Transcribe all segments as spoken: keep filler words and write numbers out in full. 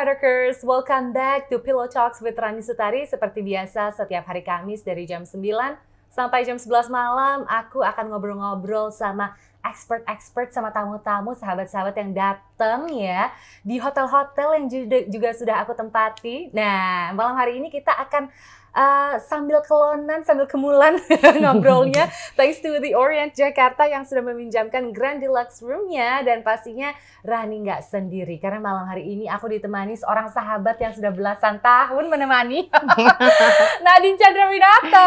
Hackers, welcome back to Pillow Talks with Rani Sutari. Seperti biasa, setiap hari Kamis dari jam sembilan sampai jam sebelas malam, aku akan ngobrol-ngobrol sama expert-expert, sama tamu-tamu, sahabat-sahabat yang datang ya di hotel-hotel yang juga, juga sudah aku tempati. Nah, malam hari ini kita akan Uh, sambil kelonan, sambil kemulan ngobrolnya thanks to The Orient Jakarta yang sudah meminjamkan Grand Deluxe Room-nya. Dan pastinya Rani nggak sendiri karena malam hari ini aku ditemani seorang sahabat yang sudah belasan tahun menemani Nadine Chandrawinata.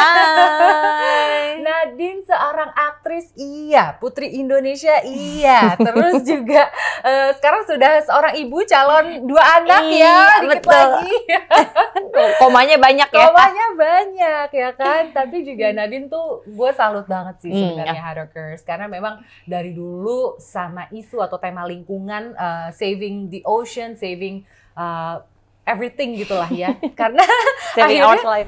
Hai. Nadine seorang aktris, iya, putri Indonesia, iya, terus juga uh, sekarang sudah seorang ibu calon dua anak. Iya, ya dikit betul. Lagi komanya banyak. Komanya banyak ya kan, tapi juga Nadine tuh gue salut banget sih sebenarnya hmm, Hackers, karena memang dari dulu sama isu atau tema lingkungan, uh, saving the ocean, saving uh, everything gitulah ya, karena saving our life.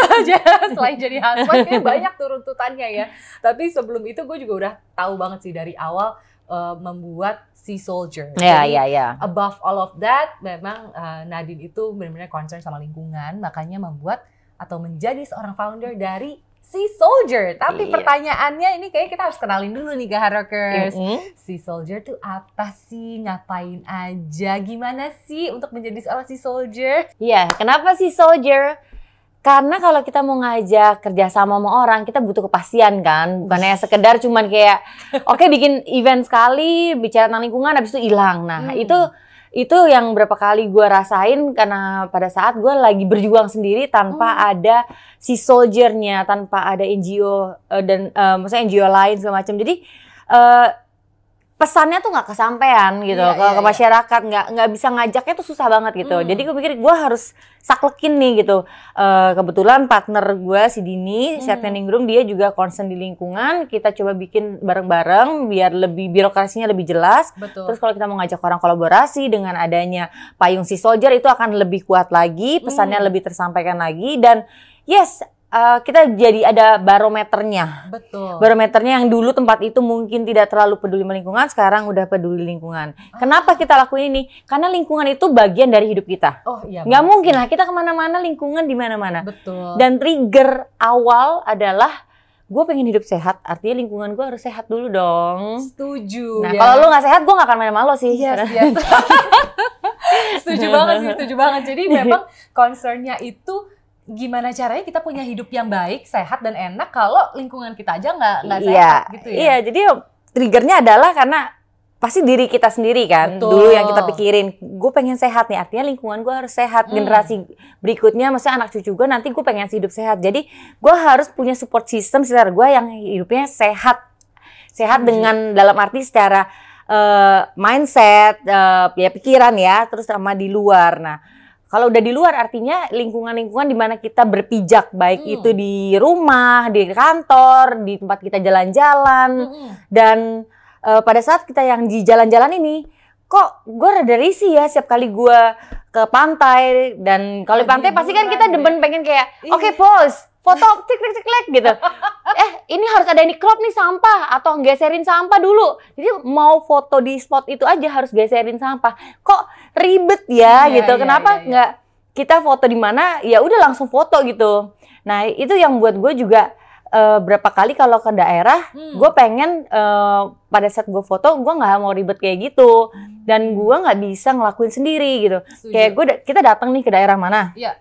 Selain jadi housewife banyak tuntutannya ya, tapi sebelum itu gue juga udah tahu banget sih dari awal uh, membuat Sea Soldier. Yeah, Jadi yeah, yeah. above all of that, memang uh, Nadine itu benar-benar concern sama lingkungan, makanya membuat atau menjadi seorang founder dari Sea Soldier. Tapi yeah. pertanyaannya ini kayaknya kita harus kenalin dulu nih ke Hackers. Mm-hmm. Sea Soldier tuh apa sih? Ngapain aja? Gimana sih untuk menjadi seorang Sea Soldier? Iya, yeah, kenapa Sea Soldier? Karena kalau kita mau ngajak kerja sama sama orang, kita butuh kepastian kan. Bukannya sekedar cuman kayak, oke okay, bikin event sekali, bicara tentang lingkungan, habis itu hilang. Nah hmm. itu itu yang berapa kali gue rasain karena pada saat gue lagi berjuang sendiri tanpa hmm. ada si soldiernya, tanpa ada N G O uh, dan uh, maksudnya N G O lain segala macam. Jadi uh, pesannya tuh nggak kesampaian gitu yeah, ke, yeah, ke masyarakat, nggak yeah. nggak bisa ngajaknya tuh susah banget gitu. Mm. Jadi gue pikir gue harus saklekin nih gitu. Uh, kebetulan partner gue si Dini, mm. Set Planning Room, dia juga concern di lingkungan. Kita coba bikin bareng-bareng biar lebih birokrasinya lebih jelas. Betul. Terus kalau kita mau ngajak orang kolaborasi dengan adanya payung Sea Soldier itu akan lebih kuat lagi, pesannya mm. lebih tersampaikan lagi dan yes. Uh, kita jadi ada barometernya. Betul. Barometernya yang dulu tempat itu mungkin tidak terlalu peduli lingkungan, sekarang udah peduli lingkungan. Ah. Kenapa kita lakuin ini? Karena lingkungan itu bagian dari hidup kita. Oh iya. Nggak mungkin lah kita kemana-mana, lingkungan di mana-mana. Betul. Dan trigger awal adalah gue pengen hidup sehat, artinya lingkungan gue harus sehat dulu dong. Setuju. Nah ya. Kalau lu nggak sehat, gue nggak akan main sama lo sih. Yes, yes. Setuju banget sih, setuju banget. Jadi memang concernnya itu gimana caranya kita punya hidup yang baik, sehat dan enak kalau lingkungan kita aja nggak nggak sehat iya, gitu ya. Iya, jadi triggernya adalah karena pasti diri kita sendiri kan. Betul. Dulu yang kita pikirin, gue pengen sehat nih, artinya lingkungan gue harus sehat. Hmm. Generasi berikutnya, maksudnya anak cucu gue nanti gue pengen hidup sehat. Jadi gue harus punya support system sekitar gue yang hidupnya sehat. Sehat hmm. dengan dalam arti secara uh, mindset, uh, ya pikiran ya, terus sama di luar. Nah, kalau udah di luar artinya lingkungan-lingkungan di mana kita berpijak, baik hmm. itu di rumah, di kantor, di tempat kita jalan-jalan. Hmm. Dan uh, pada saat kita yang di jalan-jalan ini, kok gue rada risih ya setiap kali gue ke pantai. Dan kalau di pantai pasti kan kita demen pengen kayak, oke okay, pause, foto, cek cek cek cek gitu. Eh ini harus ada yang di crop nih sampah atau geserin sampah dulu. Jadi mau foto di spot itu aja harus geserin sampah. Kok ribet ya, ya gitu. Ya, Kenapa ya, ya. nggak kita foto di mana? Ya udah langsung foto gitu. Nah itu yang buat gue juga uh, berapa kali kalau ke daerah, hmm. gue pengen uh, pada saat gue foto gue nggak mau ribet kayak gitu. Dan gue nggak bisa ngelakuin sendiri gitu. Setuju. Kayak gue kita datang nih ke daerah mana? Iya.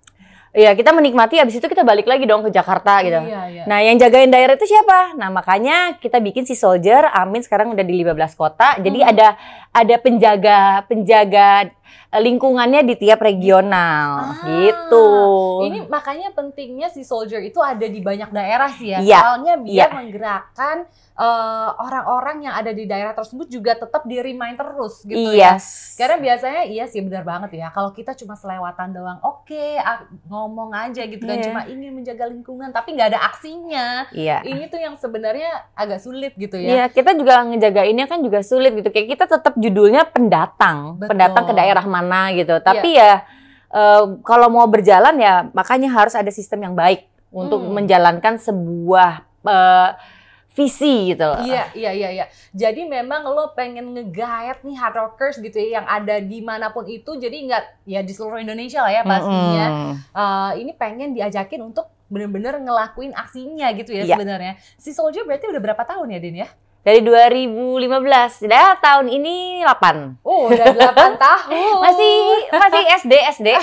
Ya kita menikmati, abis itu kita balik lagi dong ke Jakarta gitu. Iya, iya. Nah yang jagain daerah itu siapa? Nah makanya kita bikin Sea Soldier, Amin sekarang udah di lima belas kota. Hmm. Jadi ada ada penjaga penjaga lingkungannya di tiap regional ah, gitu. Ini makanya pentingnya Sea Soldier itu ada di banyak daerah sih ya. Ya Soalnya biar ya. menggerakkan uh, orang-orang yang ada di daerah tersebut juga tetap di remind terus gitu yes. ya. Karena biasanya iya sih benar banget ya. Kalau kita cuma selewatan doang, oke okay, ngomong aja gitu kan, yeah. cuma ingin menjaga lingkungan tapi nggak ada aksinya. Yeah. Ini tuh yang sebenarnya agak sulit gitu ya. Iya, yeah, kita juga ngejagainnya kan juga sulit gitu. Kayak kita tetap judulnya pendatang, Betul. pendatang ke daerah mana gitu. Tapi yeah. ya uh, kalau mau berjalan ya makanya harus ada sistem yang baik untuk hmm. menjalankan sebuah uh, visi gitu loh. Iya, iya, iya, iya. Jadi memang lo pengen nge-guide nih hard rockers gitu ya, yang ada dimanapun itu, jadi nggak, ya di seluruh Indonesia lah ya pastinya. Mm-hmm. Uh, ini pengen diajakin untuk bener-bener ngelakuin aksinya gitu ya, ya. Sebenarnya. Si Soulja berarti udah berapa tahun ya, Din ya? Dari dua ribu lima belas, dah tahun ini delapan. Oh, udah delapan tahun. Masih masih S D S D.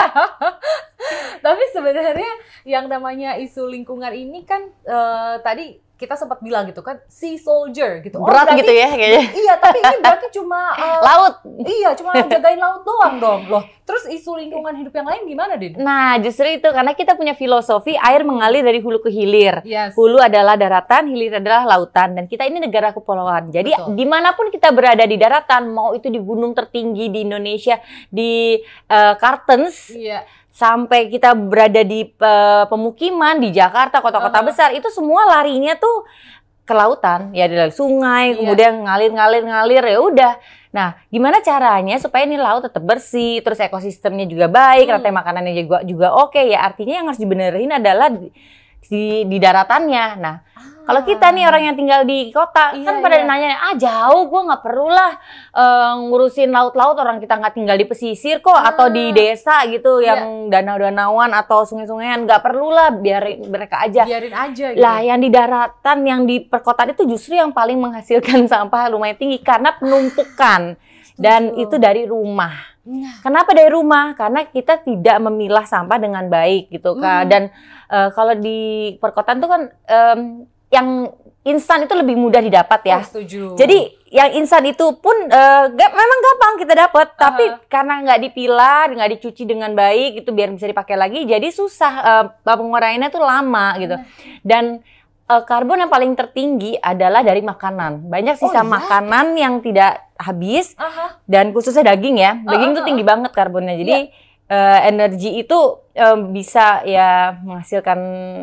Tapi sebenarnya yang namanya isu lingkungan ini kan uh, tadi kita sempat bilang gitu kan, sea soldier gitu. Oh, berat berarti, gitu ya kayaknya. Iya, tapi ini berarti cuma uh, laut. Iya, cuma jagain laut doang dong. Loh, terus isu lingkungan hidup yang lain gimana, Din? Nah, justru itu karena kita punya filosofi air mengalir dari hulu ke hilir. Yes. Hulu adalah daratan, hilir adalah lautan, dan kita ini negara kepulauan. Jadi betul. Dimanapun kita berada di daratan, mau itu di gunung tertinggi di Indonesia, di uh, Kartens. Iya. Sampai kita berada di uh, pemukiman di Jakarta, kota-kota uh-huh. besar, itu semua larinya tuh ke lautan, ya dari sungai, yeah. kemudian ngalir-ngalir-ngalir, ya udah. Nah, gimana caranya supaya ini laut tetap bersih, terus ekosistemnya juga baik, hmm. rantai makanannya juga juga oke, ya artinya yang harus dibenerin adalah di, di, di daratannya. Nah, ah. kalau kita nih orang yang tinggal di kota, iya, kan pada iya. nanya, ah jauh, gue nggak perlu lah uh, ngurusin laut-laut, orang kita nggak tinggal di pesisir kok, ah. atau di desa gitu, yang iya. danau-danauan atau sungai-sungaian, nggak perlu lah, biarin mereka aja. Biarin aja gitu. Lah, yang di daratan, yang di perkotaan itu justru yang paling menghasilkan sampah lumayan tinggi, karena penumpukan. Dan itu dari rumah. Nah. Kenapa dari rumah? Karena kita tidak memilah sampah dengan baik gitu, Kak. Hmm. Dan uh, kalau di perkotaan tuh kan um, yang instan itu lebih mudah didapat ya. Oh, setuju. Jadi yang instan itu pun uh, gak, memang gampang kita dapat, uh-huh. tapi karena nggak dipilah, nggak dicuci dengan baik, itu biar bisa dipakai lagi, jadi susah uh, pengurangannya tuh lama gitu. Uh-huh. Dan uh, karbon yang paling tertinggi adalah dari makanan. Banyak sisa oh, iya? makanan yang tidak habis, uh-huh. dan khususnya daging ya. Daging uh-huh. tuh tinggi banget karbonnya. Jadi yeah. uh, energi itu uh, bisa ya menghasilkan,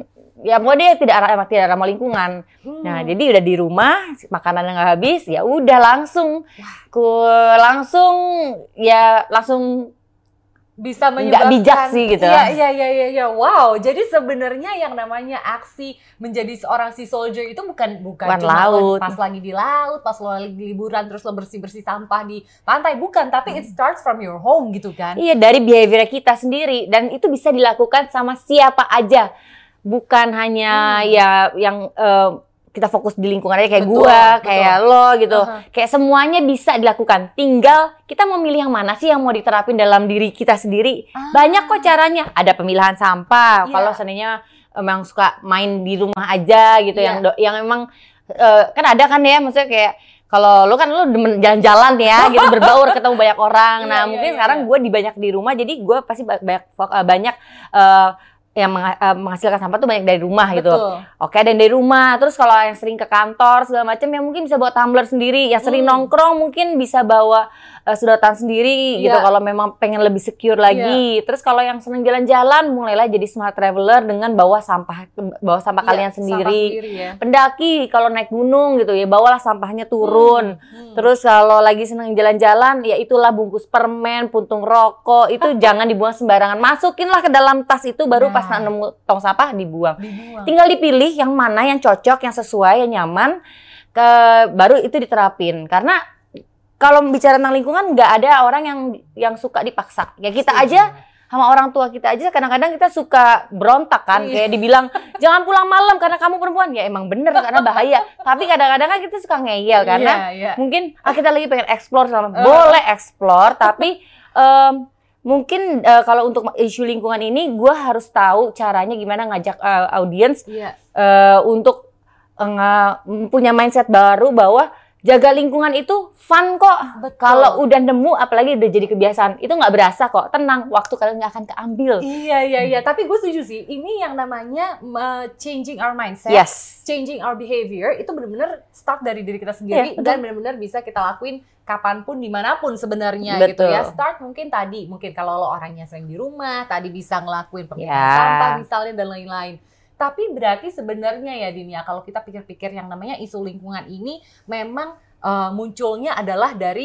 ya mau dia tidak ramah tidak ramah lingkungan. Hmm. Nah, jadi udah di rumah, makanan yang nggak habis, ya udah langsung, ku langsung ya langsung bisa menyebabkan, nggak bijak sih gitu. Iya, iya, iya, iya, ya. Wow. Jadi sebenarnya yang namanya aksi menjadi seorang sea soldier itu bukan bukan, bukan cuma laut. pas lagi di laut, pas lo lagi liburan terus lo bersih-bersih sampah di pantai, bukan. Tapi it starts from your home gitu kan. Iya, dari behavior kita sendiri, dan itu bisa dilakukan sama siapa aja. Bukan hanya hmm. ya yang uh, kita fokus di lingkungan aja kayak betul, gua, betul. kayak lo gitu. Uh-huh. Kayak semuanya bisa dilakukan. Tinggal kita mau milih yang mana sih yang mau diterapin dalam diri kita sendiri. Ah. Banyak kok caranya. Ada pemilahan sampah. Yeah. Kalau seandainya emang suka main di rumah aja gitu, yeah. yang do- yang emang uh, kan ada kan ya, maksudnya kayak kalau lo kan lo demen jalan-jalan ya gitu, berbaur ketemu banyak orang. Nah, yeah, mungkin yeah, sekarang yeah. gue di banyak di rumah, jadi gue pasti banyak banyak uh, yang menghasilkan sampah tuh banyak dari rumah gitu. Betul. Oke, dan dari rumah. Terus kalau yang sering ke kantor segala macam, ya mungkin bisa bawa tumbler sendiri. Yang sering hmm. nongkrong mungkin bisa bawa uh, sedotan sendiri yeah. gitu kalau memang pengen lebih secure lagi. Yeah. Terus kalau yang seneng jalan-jalan, mulailah jadi smart traveler dengan bawa sampah bawa sampah yeah, kalian sendiri. sendiri ya. Pendaki kalau naik gunung gitu ya, bawalah sampahnya turun. Hmm. Hmm. Terus kalau lagi seneng jalan-jalan, ya itulah bungkus permen, puntung rokok itu jangan dibuang sembarangan. Masukinlah ke dalam tas itu, baru nah. pas nemu tong sampah dibuang. dibuang. Tinggal dipilih yang mana yang cocok, yang sesuai, yang nyaman, ke baru itu diterapin. Karena kalau bicara tentang lingkungan, nggak ada orang yang yang suka dipaksa. Ya kita Setuju. aja sama orang tua kita aja kadang-kadang kita suka berontak kan, kayak dibilang jangan pulang malam karena kamu perempuan. Ya emang bener karena bahaya. Tapi kadang-kadang kan kita suka ngeyel karena yeah, yeah. mungkin ah, kita lagi pengen explore sama uh. boleh explore, tapi um, mungkin uh, kalau untuk isu lingkungan ini, gue harus tahu caranya gimana ngajak uh, audiens yeah. uh, untuk uh, punya mindset baru bahwa jaga lingkungan itu fun kok. Kalau udah nemu, apalagi udah jadi kebiasaan, itu nggak berasa kok. Tenang, waktu kalian nggak akan keambil. Iya, iya, iya. Hmm. Tapi gue setuju sih. Ini yang namanya uh, changing our mindset, yes. changing our behavior, itu benar-benar start dari diri kita sendiri. Yeah, dan benar-benar bisa kita lakuin kapanpun, dimanapun sebenarnya gitu ya. Start mungkin tadi, mungkin kalau lo orangnya sering di rumah, tadi bisa ngelakuin pemilahan yeah. sampah misalnya dan lain-lain. Tapi berarti sebenarnya ya Din ya, kalau kita pikir-pikir yang namanya isu lingkungan ini memang uh, munculnya adalah dari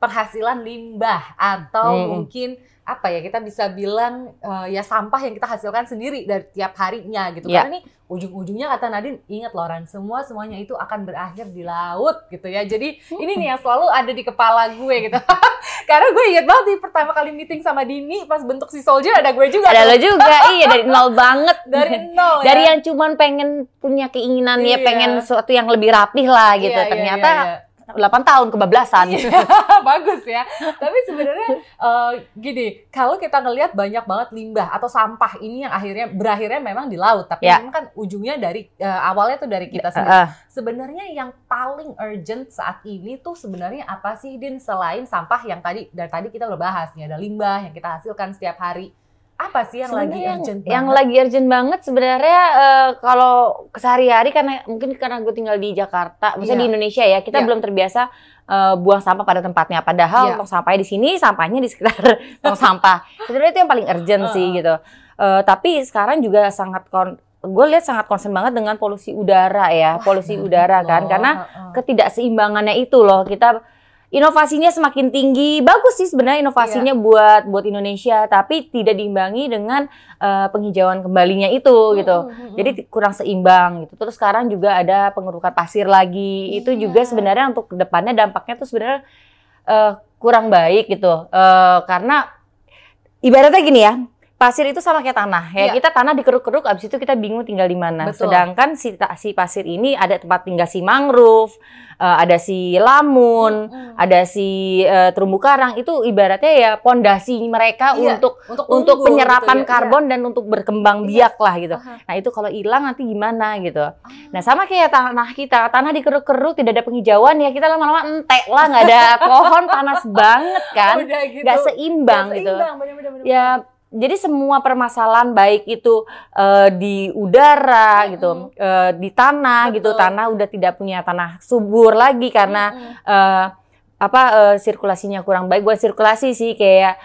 penghasilan limbah atau Hmm. mungkin apa ya kita bisa bilang uh, ya sampah yang kita hasilkan sendiri dari tiap harinya gitu. Ya. Karena nih ujung-ujungnya kata Nadine, ingat loh Ran, semua semuanya itu akan berakhir di laut gitu ya. Jadi ini nih yang selalu ada di kepala gue gitu. Karena gue inget banget nih pertama kali meeting sama Dini pas bentuk si Soldier ada gue juga. Ada tuh. lo juga, iya dari nol banget. Dari nol ya. Dari yang cuman pengen punya keinginan ya, Iya. pengen sesuatu yang lebih rapih lah gitu. Iya, iya, Ternyata iya, iya. delapan tahun kebablasan. Iya, bagus ya. Tapi sebenarnya uh, gini, kalau kita ngelihat banyak banget limbah atau sampah ini yang akhirnya berakhirnya memang di laut, tapi Ya. memang kan ujungnya dari uh, awalnya tuh dari kita sendiri. Uh, Sebenarnya yang paling urgent saat ini tuh sebenarnya apa sih, Din, selain sampah yang tadi dari tadi kita udah bahas nih, ada limbah yang kita hasilkan setiap hari. Apa sih yang lagi Sebenarnya urgent yang, yang banget? lagi urgent banget sebenarnya eh, kalau sehari-hari karena mungkin karena gue tinggal di Jakarta, maksudnya Iya. di Indonesia ya, kita Iya. belum terbiasa eh, buang sampah pada tempatnya. Padahal Iya. tong sampahnya di sini, sampahnya di sekitar tong sampah. Sebenarnya itu yang paling urgent sih Uh-uh. gitu. Eh, tapi sekarang juga sangat kon gue lihat sangat concern banget dengan polusi udara ya, Wah, polusi banget udara loh. kan, karena Uh-uh. ketidakseimbangannya itu loh. Kita inovasinya semakin tinggi, bagus sih sebenarnya inovasinya buat buat Indonesia, tapi tidak diimbangi dengan uh, penghijauan kembalinya itu gitu. Hmm, hmm, hmm. Jadi kurang seimbang gitu. Terus sekarang juga ada pengerukan pasir lagi. Itu Iya. juga sebenarnya untuk kedepannya dampaknya tuh sebenarnya uh, kurang baik gitu. Uh, karena ibaratnya gini ya. Pasir itu sama kayak tanah ya, Iya. kita tanah dikeruk-keruk, abis itu kita bingung tinggal di mana. Betul. Sedangkan si, si pasir ini ada tempat tinggal si mangrove, uh, ada si lamun, Hmm, hmm. ada si uh, terumbu karang, itu ibaratnya ya pondasi mereka Iya, untuk untuk, untuk tumbuh penyerapan gitu ya. karbon dan untuk berkembang Iya. biak lah gitu. Aha. Nah itu kalau hilang nanti gimana gitu. Ah. Nah sama kayak tanah kita, tanah dikeruk-keruk tidak ada penghijauan ya, kita lama-lama entek lah, nggak ada pohon, panas banget kan, Udah gitu. nggak seimbang Nggak gitu. seimbang, bener-bener, bener-bener. Ya jadi semua permasalahan baik itu eh, di udara Mm-mm. gitu, eh, di tanah Betul. gitu, tanah udah tidak punya tanah subur lagi karena Mm-mm. eh, apa eh, sirkulasinya kurang baik. Buat sirkulasi sih kayak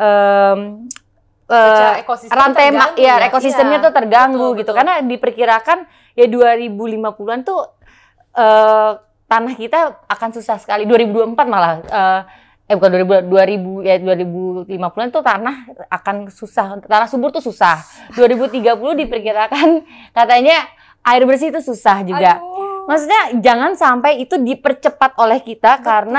em, eh, Secara ekosistem rantai ma- terganggu ya ekosistemnya Iya. tuh terganggu Betul, gitu betul. karena diperkirakan ya dua ribu lima puluhan tuh eh, tanah kita akan susah sekali. dua ribu dua puluh empat malah eh, eh bukan dua ribu, dua ribu ya dua ribu lima puluhan tuh tanah akan susah, tanah subur tuh susah. dua ribu tiga puluh diperkirakan katanya air bersih itu susah juga. Aduh. Maksudnya jangan sampai itu dipercepat oleh kita Betul. karena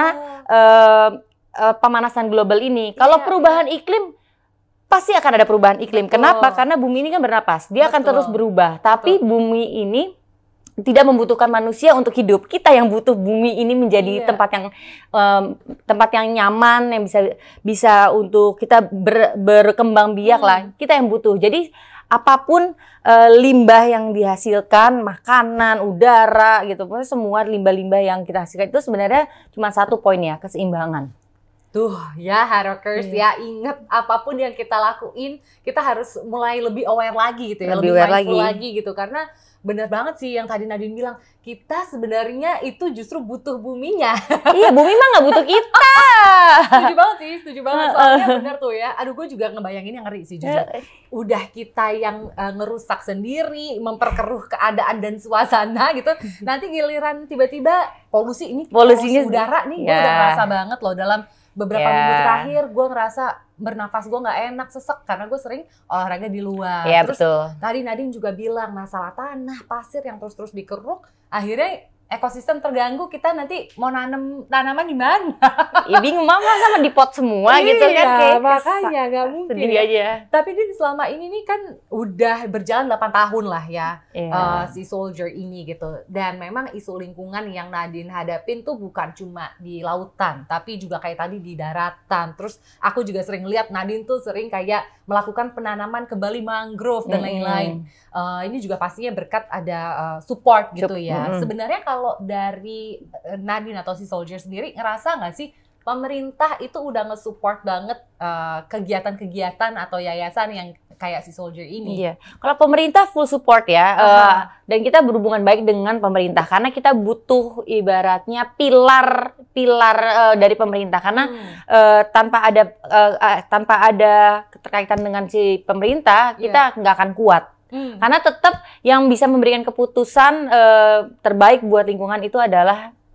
eh, eh, pemanasan global ini. Kalau Iya, perubahan iklim pasti akan ada perubahan iklim. Betul. Kenapa? Karena bumi ini kan bernapas. Dia akan Betul. terus berubah. Tapi bumi ini tidak membutuhkan manusia untuk hidup. Kita yang butuh bumi ini menjadi Iya. tempat yang em, tempat yang nyaman, yang bisa bisa untuk kita ber- berkembang biak Hmm. lah. Kita yang butuh. Jadi apapun eh, limbah yang dihasilkan, makanan, udara gitu, pokoknya semua limbah-limbah yang kita hasilkan itu sebenarnya cuma satu poin ya, keseimbangan. Tuh ya Harokers Iya. ya, ingat apapun yang kita lakuin kita harus mulai lebih aware lagi gitu ya, Lebih lebih, aware mindful lagi. lagi gitu, karena benar banget sih yang tadi Nadine bilang, kita sebenarnya itu justru butuh buminya. Iya, bumi mah nggak butuh kita. Setuju banget sih, setuju banget, soalnya benar tuh ya. Aduh gue juga ngebayangin yang ngeri sih jujur. Udah kita yang uh, ngerusak sendiri, memperkeruh keadaan dan suasana gitu. Nanti giliran tiba-tiba polusi ini, Polusinya polusi udara nih, gue ya. udah ngerasa banget loh dalam beberapa Ya. minggu terakhir gue ngerasa bernafas gue nggak enak, sesek karena gue sering olahraga di luar. Iya, Terus betul. tadi Nadine juga bilang masalah tanah, pasir yang terus-terus dikeruk, akhirnya ekosistem terganggu, kita nanti mau nanam tanaman di mana? Ya bingung, mama sama di pot semua gitu kan, Iya, kayak makanya nggak mungkin. sedih ya. aja. Tapi Din selama ini nih kan udah berjalan delapan tahun lah ya. Iya. Uh, si Soldier ini gitu, dan memang isu lingkungan yang Nadine hadapin tuh bukan cuma di lautan, tapi juga kayak tadi di daratan. Terus aku juga sering lihat Nadine tuh sering kayak melakukan penanaman kembali mangrove dan Mm-mm. lain-lain. Uh, ini juga pastinya berkat ada uh, support gitu Sup- ya. mm-mm. Sebenarnya kalau dari uh, Nadine atau si Soldier sendiri ngerasa nggak sih pemerintah itu udah nge-support banget uh, kegiatan-kegiatan atau yayasan yang kayak si Soldier ini? Iya, kalau pemerintah full support ya, Aha. eh, dan kita berhubungan baik dengan pemerintah karena kita butuh ibaratnya pilar pilar eh, dari pemerintah karena Hmm. eh, tanpa ada eh, eh, tanpa ada keterkaitan dengan si pemerintah Iya. kita nggak akan kuat. Hmm. Karena tetap yang bisa memberikan keputusan eh, terbaik buat lingkungan itu adalah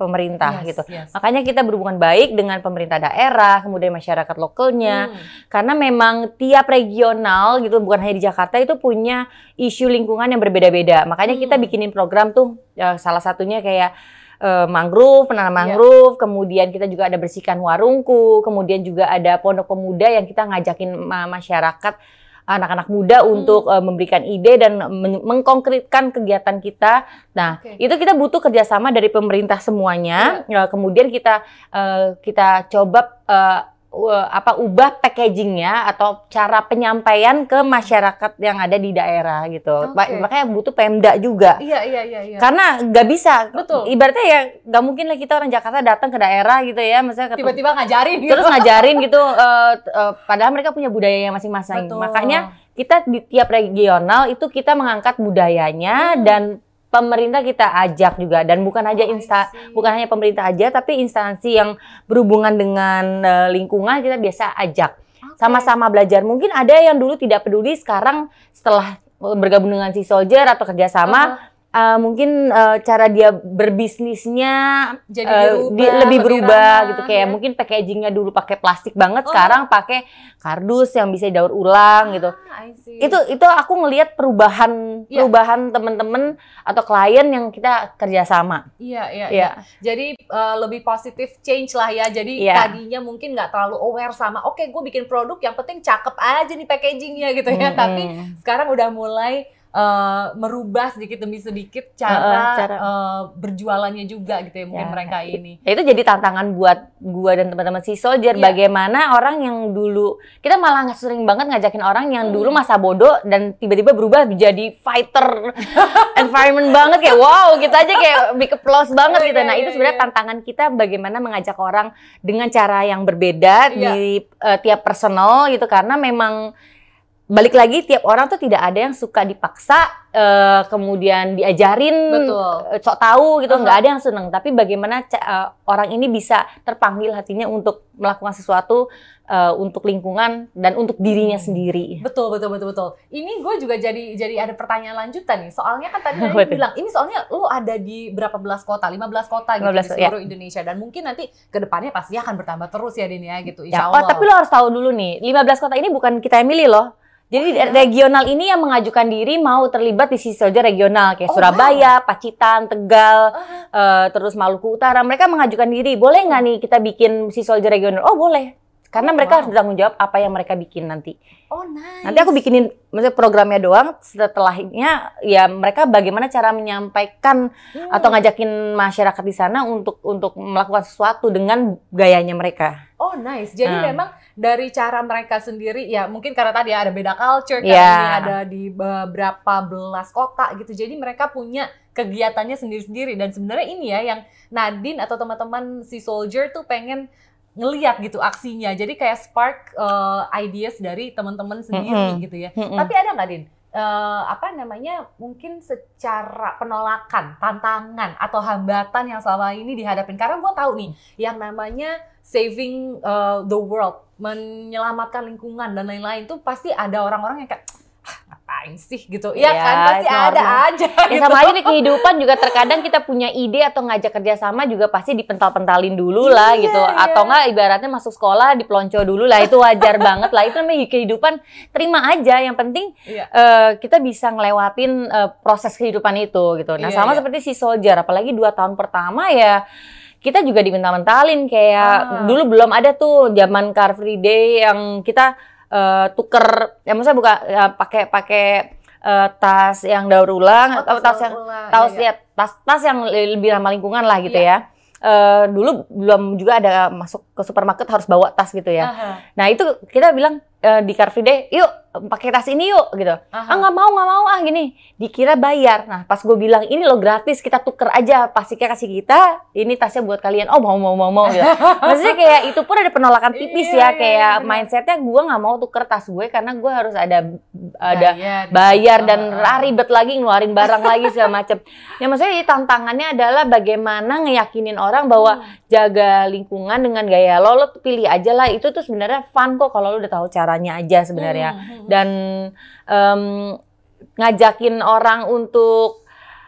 pemerintah yes, gitu. Yes. Makanya kita berhubungan baik dengan pemerintah daerah, kemudian masyarakat lokalnya. Hmm. Karena memang tiap regional gitu, bukan hanya di Jakarta, itu punya isu lingkungan yang berbeda-beda. Makanya hmm. kita bikinin program tuh, ya, salah satunya kayak uh, mangrove, penanam mangrove, yeah. kemudian kita juga ada bersihkan warungku, kemudian juga ada pondok pemuda yang kita ngajakin ma- masyarakat, anak-anak muda untuk hmm. uh, memberikan ide dan men- mengkonkretkan kegiatan kita. Nah, okay. itu kita butuh kerjasama dari pemerintah semuanya. Yeah. Uh, kemudian kita uh, kita coba uh, uh, apa ubah packagingnya atau cara penyampaian ke masyarakat yang ada di daerah gitu. Okay. Makanya butuh Pemda juga. Iya iya iya. iya. Karena nggak bisa. Betul. Ibaratnya ya nggak mungkin lah kita orang Jakarta datang ke daerah gitu ya, misalnya tiba-tiba ngajarin gitu. Terus ngajarin gitu. Uh, uh, padahal mereka punya budayanya masing-masing. Betul. Makanya kita di tiap regional itu kita mengangkat budayanya hmm. dan pemerintah kita ajak juga, dan bukan aja oh, insta bukan hanya pemerintah aja, tapi instansi yang berhubungan dengan uh, lingkungan kita biasa ajak. Okay. Sama-sama belajar. Mungkin ada yang dulu tidak peduli, sekarang setelah bergabung dengan Sea Soldier atau kerjasama uh-huh. Uh, mungkin uh, cara dia berbisnisnya jadi uh, berubah, di, lebih berubah ramah, gitu kayak ya. Mungkin packagingnya dulu pakai plastik banget, oh. sekarang pakai kardus yang bisa didaur ulang ah, gitu. Itu itu aku ngelihat perubahan yeah. perubahan teman-teman atau klien yang kita kerjasama. Iya iya. iya. Jadi uh, lebih positif change lah ya. Jadi yeah. tadinya mungkin nggak terlalu aware sama, oke okay, gue bikin produk yang penting cakep aja nih packagingnya gitu ya. Mm-hmm. Tapi sekarang udah mulai Uh, merubah sedikit demi sedikit cara, uh, cara. Uh, berjualannya juga gitu ya mungkin ya, mereka ini. Itu jadi tantangan buat gua dan teman-teman Sea Soldier. Ya. Bagaimana orang yang dulu kita malah sering banget ngajakin orang yang hmm. dulu masa bodoh dan tiba-tiba berubah menjadi fighter environment banget, kayak wow kita aja kayak big applause banget gitu. Nah itu sebenarnya tantangan kita bagaimana mengajak orang dengan cara yang berbeda ya. di uh, tiap personal gitu, karena memang balik lagi tiap orang tuh tidak ada yang suka dipaksa, uh, kemudian diajarin, betul. sok tahu gitu, nggak uh-huh. ada yang seneng. Tapi bagaimana uh, orang ini bisa terpanggil hatinya untuk melakukan sesuatu uh, untuk lingkungan dan untuk dirinya hmm. sendiri. Betul betul betul betul. Ini gue juga jadi jadi ada pertanyaan lanjutan nih. Soalnya kan tadi Nani bilang ini soalnya lu ada di berapa belas kota, lima belas kota gitu lima belas, di seluruh ya. Indonesia, dan mungkin nanti kedepannya pasti akan bertambah terus ya Din ya gitu. Insya Allah. Oh tapi lo harus tahu dulu nih, lima belas kota ini bukan kita yang milih loh. Jadi oh, ya? regional ini yang mengajukan diri mau terlibat di Sea Soldier regional kayak oh, Surabaya, wow. Pacitan, Tegal, uh-huh. uh, terus Maluku Utara. Mereka mengajukan diri, boleh nggak nih kita bikin Sea Soldier regional? Oh boleh, karena oh, mereka wow. harus bertanggung jawab apa yang mereka bikin nanti. Oh nice. Nanti aku bikinin, maksudnya programnya doang. Setelahnya ya mereka bagaimana cara menyampaikan hmm. atau ngajakin masyarakat di sana untuk untuk melakukan sesuatu dengan gayanya mereka. Oh nice. Jadi hmm. memang dari cara mereka sendiri ya, mungkin karena tadi ada beda culture kan, yeah. ini ada di beberapa belas kota gitu. Jadi mereka punya kegiatannya sendiri-sendiri, dan sebenarnya ini ya yang Nadine atau teman-teman Sea Soldier tuh pengen ngelihat gitu aksinya. Jadi kayak spark uh, ideas dari teman-teman sendiri mm-hmm. gitu ya. Mm-hmm. Tapi ada nggak Din? Uh, apa namanya mungkin secara penolakan, tantangan atau hambatan yang selama ini dihadapin? Karena gue tahu nih yang namanya saving uh, the world, menyelamatkan lingkungan dan lain-lain tuh pasti ada orang-orang yang kayak ah, ngapain sih gitu, iya ya, kan pasti ada normal. aja. Ya, gitu. sama aja di kehidupan juga terkadang kita punya ide atau ngajak kerjasama juga pasti dipental-pentalin dulu lah iya, gitu, iya. atau enggak ibaratnya masuk sekolah dipelonco dulu lah, itu wajar banget lah, itu namanya kehidupan, terima aja, yang penting iya. uh, kita bisa ngelewatin uh, proses kehidupan itu gitu. Nah iya, sama iya. seperti Sea Soldier, apalagi dua tahun pertama ya. Kita juga dimental-mentalin kayak ah. dulu belum ada tuh zaman Car Free Day yang kita uh, tuker, ya maksudnya bukan ya, pakai pakai uh, tas yang daur ulang oh, atau tas, tas yang ulang. tas ya, ya tas tas yang lebih ramah lingkungan lah gitu iya. ya. Uh, dulu belum juga ada masuk ke supermarket harus bawa tas gitu ya. Uh-huh. Nah itu kita bilang uh, di Car Free Day, yuk pakai tas ini yuk gitu. Uh-huh. Ah nggak mau nggak mau ah gini. Dikira bayar. Nah pas gue bilang ini lo gratis, kita tuker aja. Pastinya kasih kita, ini tasnya buat kalian. Oh mau mau mau mau gitu. Maksudnya kayak itu pun ada penolakan tipis ya, kayak iya, mindsetnya gue nggak mau tuker tas gue karena gue harus ada ada bayar, bayar dan uh, ribet lagi ngeluarin barang lagi segala macam. Ya maksudnya tantangannya adalah bagaimana ngeyakinin orang orang bahwa hmm. jaga lingkungan dengan gaya lo, lo pilih aja lah, itu tuh sebenarnya fun kok kalau lo udah tahu caranya aja sebenarnya. Hmm, hmm. Dan um, ngajakin orang untuk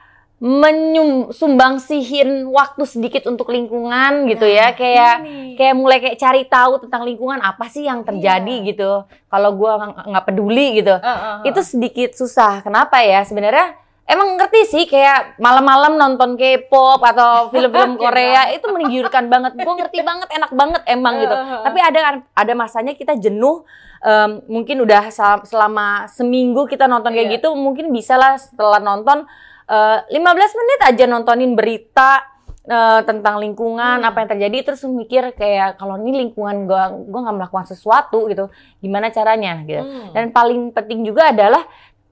menyumbangsihin waktu sedikit untuk lingkungan gitu Nah, ya, kayak ini. kayak mulai kayak cari tahu tentang lingkungan apa sih yang terjadi Iya. gitu. Kalau gua nggak nggak peduli gitu, Uh, uh, uh. itu sedikit susah. Kenapa ya? Sebenarnya emang ngerti sih kayak malam-malam nonton K-pop atau film-film Korea itu menggiurkan banget. Gua ngerti banget, enak banget emang gitu. Uh, uh, uh. Tapi ada ada masanya kita jenuh. Um, mungkin udah selama seminggu kita nonton kayak Iya. gitu, mungkin bisa lah setelah nonton Uh, lima belas menit aja nontonin berita uh, tentang lingkungan, Hmm. apa yang terjadi, terus mikir kayak kalau ini lingkungan gua gua nggak melakukan sesuatu gitu, gimana caranya gitu. Hmm. Dan paling penting juga adalah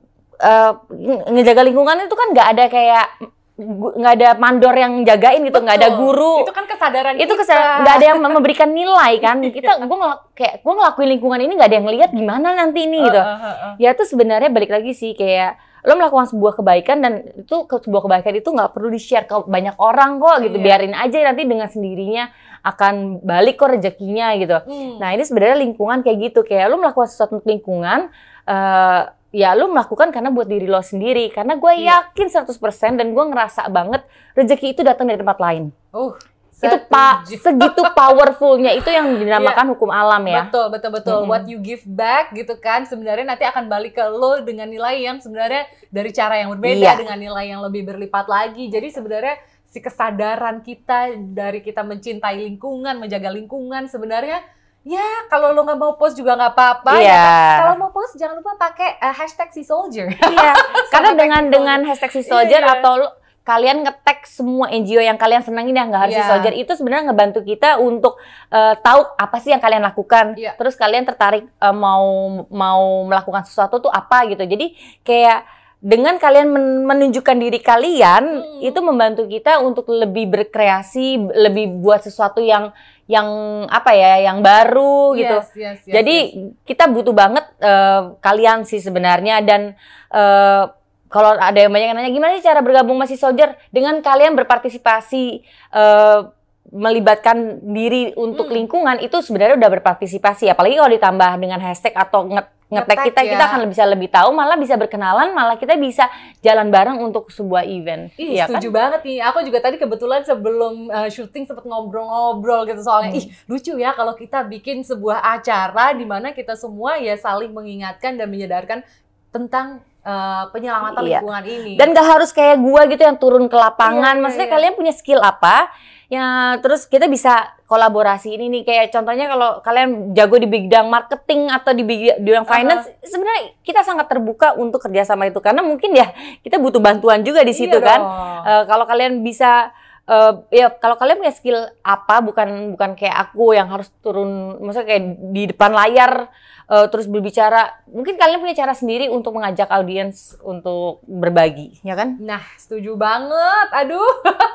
uh, ngejaga lingkungan itu kan nggak ada kayak nggak ada mandor yang jagain gitu, nggak ada Betul. guru. Itu kan kesadaran Itu kita. kesadaran, nggak ada yang memberikan nilai kan. Kita gue ngelak, kayak gue ngelakuin lingkungan ini nggak ada yang lihat gimana nanti ini gitu. Uh, uh, uh, uh. Ya itu sebenarnya balik lagi sih kayak lo melakukan sebuah kebaikan dan itu ke sebuah kebaikan itu nggak perlu di-share ke banyak orang kok gitu. Iya. Biarin aja nanti dengan sendirinya akan balik kok rezekinya gitu. Hmm. Nah ini sebenarnya lingkungan kayak gitu, kayak lo melakukan sesuatu untuk lingkungan, uh, ya lo melakukan karena buat diri lo sendiri. Karena gue Iya. yakin seratus persen dan gue ngerasa banget rezeki itu datang dari tempat lain. Uh, Itu pa setuju. segitu powerfulnya, itu yang dinamakan hukum alam ya. Betul, betul, betul. Mm-mm. What you give back gitu kan, sebenarnya nanti akan balik ke lo dengan nilai yang sebenarnya dari cara yang berbeda, Iya. dengan nilai yang lebih berlipat lagi. Jadi sebenarnya si kesadaran kita dari kita mencintai lingkungan, menjaga lingkungan, sebenarnya ya kalau lo nggak mau post juga nggak apa-apa. Iya. Ya kan? Kalau mau post jangan lupa pakai uh, hashtag si soldier. Iya, karena Sama dengan tag dengan hashtag si soldier Iya. atau lu- kalian nge-tag semua N G O yang kalian senengin ya, nggak harus si Iya. soldier, itu sebenarnya ngebantu kita untuk eh, tahu apa sih yang kalian lakukan. Iya. Terus kalian tertarik eh, mau mau melakukan sesuatu tuh apa gitu. Jadi kayak dengan kalian men- menunjukkan diri kalian, Hmm. itu membantu kita untuk lebih berkreasi, lebih buat sesuatu yang yang apa ya, yang baru gitu. Yes, yes, yes, Jadi yes. kita butuh banget eh, kalian sih sebenarnya, dan eh, kalau ada yang banyak yang nanya gimana sih cara bergabung sama si soldier, dengan kalian berpartisipasi eh, melibatkan diri untuk Hmm. lingkungan, itu sebenarnya udah berpartisipasi. Apalagi kalau ditambah dengan hashtag atau nge nge-tag Nge-tag kita, kita ya. akan bisa lebih tahu, malah bisa berkenalan, malah kita bisa jalan bareng untuk sebuah event. Ih, Iya setuju kan? banget nih. Aku juga tadi kebetulan sebelum uh, syuting sempat ngobrol-ngobrol gitu soalnya. Hmm. Ih, lucu ya kalau kita bikin sebuah acara di mana kita semua ya saling mengingatkan dan menyadarkan tentang uh, penyelamatan Iya. lingkungan ini. Dan gak harus kayak gua gitu yang turun ke lapangan. Iya, iya, Maksudnya iya. kalian punya skill apa? Ya, terus kita bisa kolaborasi ini nih. Kayak contohnya kalau kalian jago di bidang marketing atau di bidang di bidang finance, sebenarnya kita sangat terbuka untuk kerjasama itu. Karena mungkin ya kita butuh bantuan juga di situ Iya kan. dong. Eh, kalau kalian bisa eh, ya kalau kalian punya skill apa, bukan bukan kayak aku yang harus turun, maksudnya kayak di depan layar eh, terus berbicara. Mungkin kalian punya cara sendiri untuk mengajak audiens untuk berbagi, ya kan? Nah, setuju banget. Aduh,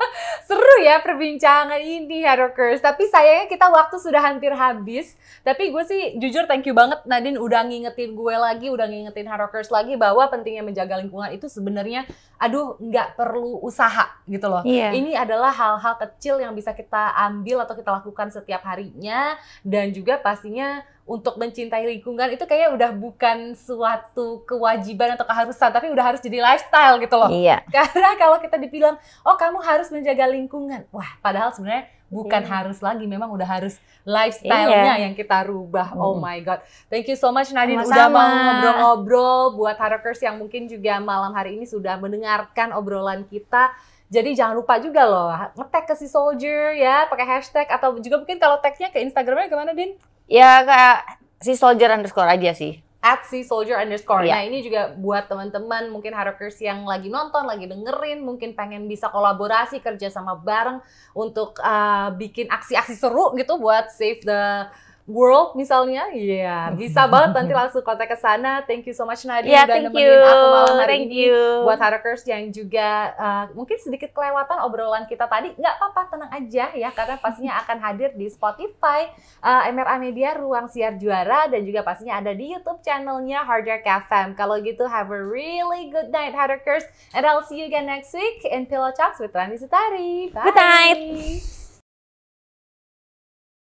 seru ya perbincangan ini, Harockers. Tapi sayangnya kita waktu sudah hampir habis. Tapi gue sih jujur thank you banget Nadine udah ngingetin gue lagi, udah ngingetin Harockers lagi bahwa pentingnya menjaga lingkungan itu sebenarnya, aduh, nggak perlu usaha gitu loh. Iya. Ini adalah hal-hal kecil yang bisa kita ambil atau kita lakukan setiap harinya. Dan juga pastinya untuk mencintai lingkungan itu kayaknya udah bukan suatu kewajiban atau keharusan, tapi udah harus jadi lifestyle gitu loh. Iya. Karena kalau kita dibilang, oh kamu harus menjaga lingkungan. Wah, padahal sebenarnya bukan Iya. harus lagi, memang udah harus lifestyle-nya Iya. yang kita rubah. Mm. Oh my God. Thank you so much Nadine udah Sama-sama. mau ngobrol-ngobrol. Buat Harockers yang mungkin juga malam hari ini sudah mendengarkan obrolan kita. Jadi jangan lupa juga loh, nge-tag ke si Soldier ya, pakai hashtag, atau juga mungkin kalau tag-nya ke Instagramnya gimana, Din? Ya kayak si soldier underscore aja sih. At si soldier underscore. Iya. Nah ini juga buat teman-teman mungkin Harockers yang lagi nonton, lagi dengerin, mungkin pengen bisa kolaborasi kerja sama bareng untuk uh, bikin aksi-aksi seru gitu buat save the world misalnya. Iya, bisa banget nanti langsung kontak ke sana. Thank you so much Nadine Ya, udah thank nemenin you. aku malam hari Thank ini. you. Buat Harockers yang juga uh, mungkin sedikit kelewatan obrolan kita tadi, nggak apa-apa, tenang aja ya, karena pastinya akan hadir di Spotify, uh, M R A Media, Ruang Siar Juara, dan juga pastinya ada di YouTube channelnya Hard Rock F M. Kalau gitu, have a really good night, Harockers, and I'll see you again next week in Pillow Talks with Rani Sutari. Bye! Good night.